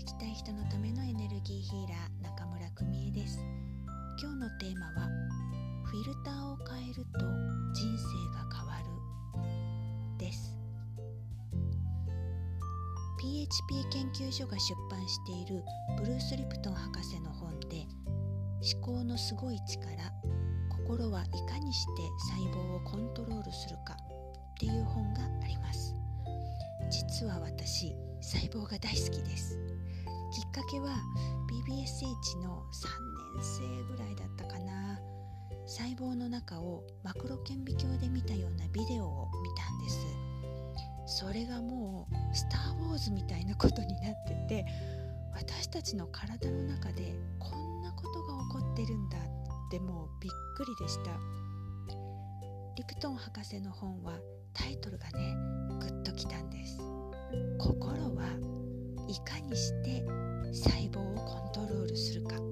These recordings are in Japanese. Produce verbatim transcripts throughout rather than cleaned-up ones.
きたい人のためのエネルギーヒーラー中村久美恵です。今日のテーマはフィルターを変えると人生が変わるです。 ピーエイチピー 研究所が出版しているブルース・リプトン博士の本で、思考のすごい力、心はいかにして細胞をコントロールするかっていう本があります。実は私、細胞が大好きです。きっかけは ビービーエスエイチ のさんねん生ぐらいだったかな。細胞の中をマクロ顕微鏡で見たようなビデオを見たんです。それがもうスター・ウォーズみたいなことになってて、私たちの体の中でこんなことが起こってるんだってもうびっくりでした。リプトン博士の本はタイトルがねグッときたんです。心はいかにして細胞をコントロールするか。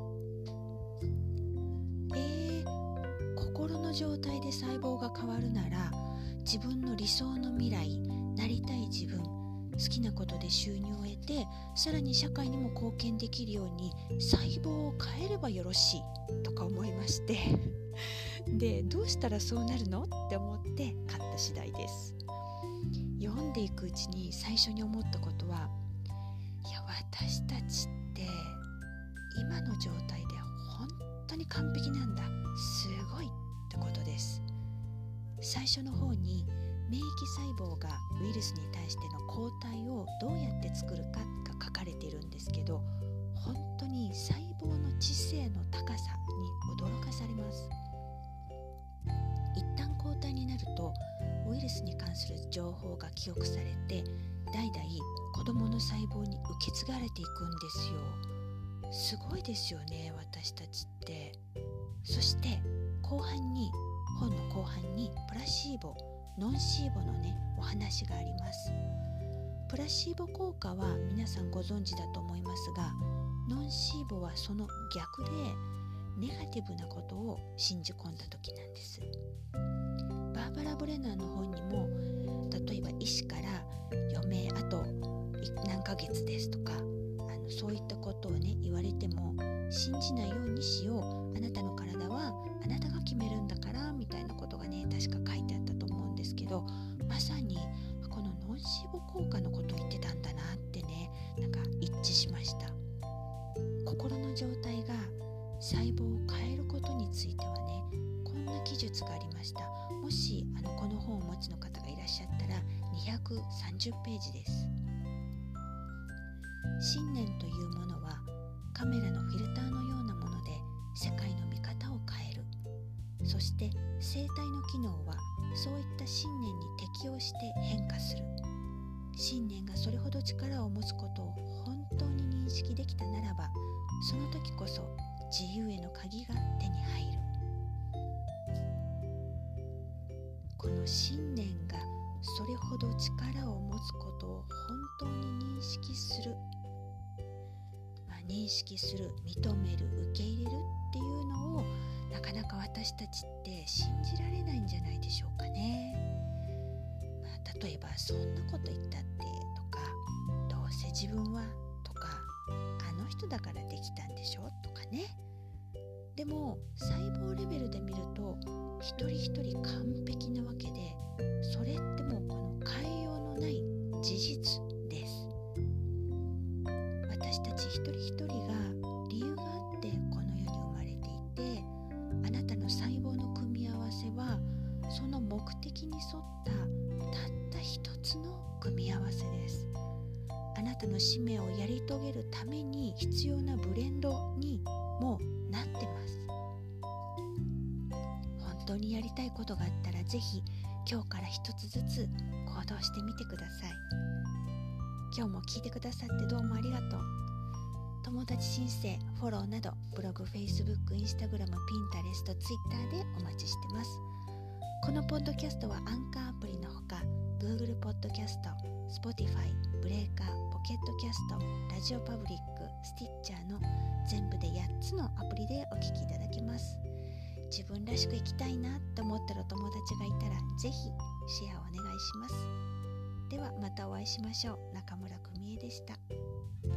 えー、心の状態で細胞が変わるなら、自分の理想の未来、なりたい自分、好きなことで収入を得て、さらに社会にも貢献できるように細胞を変えればよろしいとか思いましてで、どうしたらそうなるのって思って買った次第です。読んでいくうちに最初に思ったことは、いや私たちって今の状態で本当に完璧なんだ、すごいってことです。最初の方に免疫細胞がウイルスに対しての抗体をどうやって作るかが書かれているんですけど、本当に細胞の知性の高さに驚かされます。一旦抗体になるとウイルスに関する情報が記憶されて、代々子どもの細胞に受け継がれていくんですよ。すごいですよね、私たちって。そして後半に本の後半にプラシーボ、ノンシーボのねお話があります。プラシーボ効果は皆さんご存知だと思いますが、ノンシーボはその逆でネガティブなことを信じ込んだ時なんです。バーバラ・ブレナーの本にも、例えば医師から余命あと何ヶ月ですとか、あのそういったことをね言われても信じないようにしよう、あなたの体はあなたが決めるんだからみたいなことがね確か書いてあったと思うんですけど、まさにこのノンシーボ効果のことを言ってたんだなってね、なんか一致しました。心の状態が細胞を変えることについてはね、こんな記述がありました。もしあのこの本をお持ちの方がいらっしゃったらにひゃくさんじゅうページです。信念というものはカメラのフィルターのようなもので世界の見方を変える。そして生体の機能はそういった信念に適応して変化する。信念がそれほど力を持つことを本当に認識できたならば、その時こそ自由への鍵が手に入る。この信念がそれほど力を持つことを本当に認識する、まあ、認識する、認める、受け入れるっていうのをなかなか私たちって信じられないんじゃないでしょうかね。まあ、例えばそんなこと言ったってとか、どうせ自分はとか、あの人だからできたんでしょとかね。でも細胞レベルで見ると一人一人完璧なわけで、それってもうこの変えようのない事実です。私たち一人一人が理由があってこの世に生まれていて、あなたの細胞の組み合わせはその目的に沿ったたった一つの組み合わせです。あなたの使命をやり遂げるために必要なブレンドにもなってます。本当にやりたいことがあったら、ぜひ今日から一つずつ行動してみてください。今日も聞いてくださってどうもありがとう。友達申請、フォローなどブログ、Facebook、Instagram、Pinterest、Twitter でお待ちしてます。このポッドキャストはアンカーアプリのほか Google ポッドキャスト、Spotify、ブレーカー、ポケットキャスト、ラジオパブリック、スティッチャーの全部でやっつのアプリでお聞きいただけます。自分らしく生きたいなと思ってるお友達がいたら、ぜひシェアお願いします。ではまたお会いしましょう。中村久美恵でした。